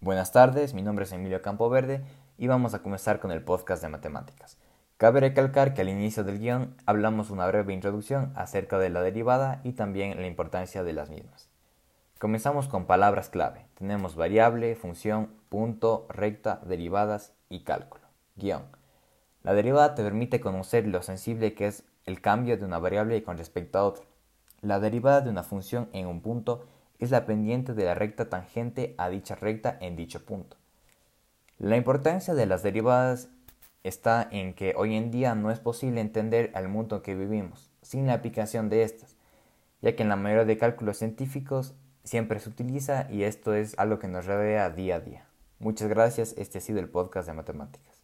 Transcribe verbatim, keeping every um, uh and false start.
Buenas tardes, mi nombre es Emilio Campoverde y vamos a comenzar con el podcast de matemáticas. Cabe recalcar que al inicio del guión hablamos una breve introducción acerca de la derivada y también la importancia de las mismas. Comenzamos con palabras clave. Tenemos variable, función, punto, recta, derivadas y cálculo. Guión. La derivada te permite conocer lo sensible que es el cambio de una variable con respecto a otra. La derivada de una función en un punto es la pendiente de la recta tangente a dicha recta en dicho punto. La importancia de las derivadas está en que hoy en día no es posible entender el mundo en que vivimos sin la aplicación de estas, ya que en la mayoría de cálculos científicos siempre se utiliza y esto es algo que nos rodea día a día. Muchas gracias, este ha sido el podcast de matemáticas.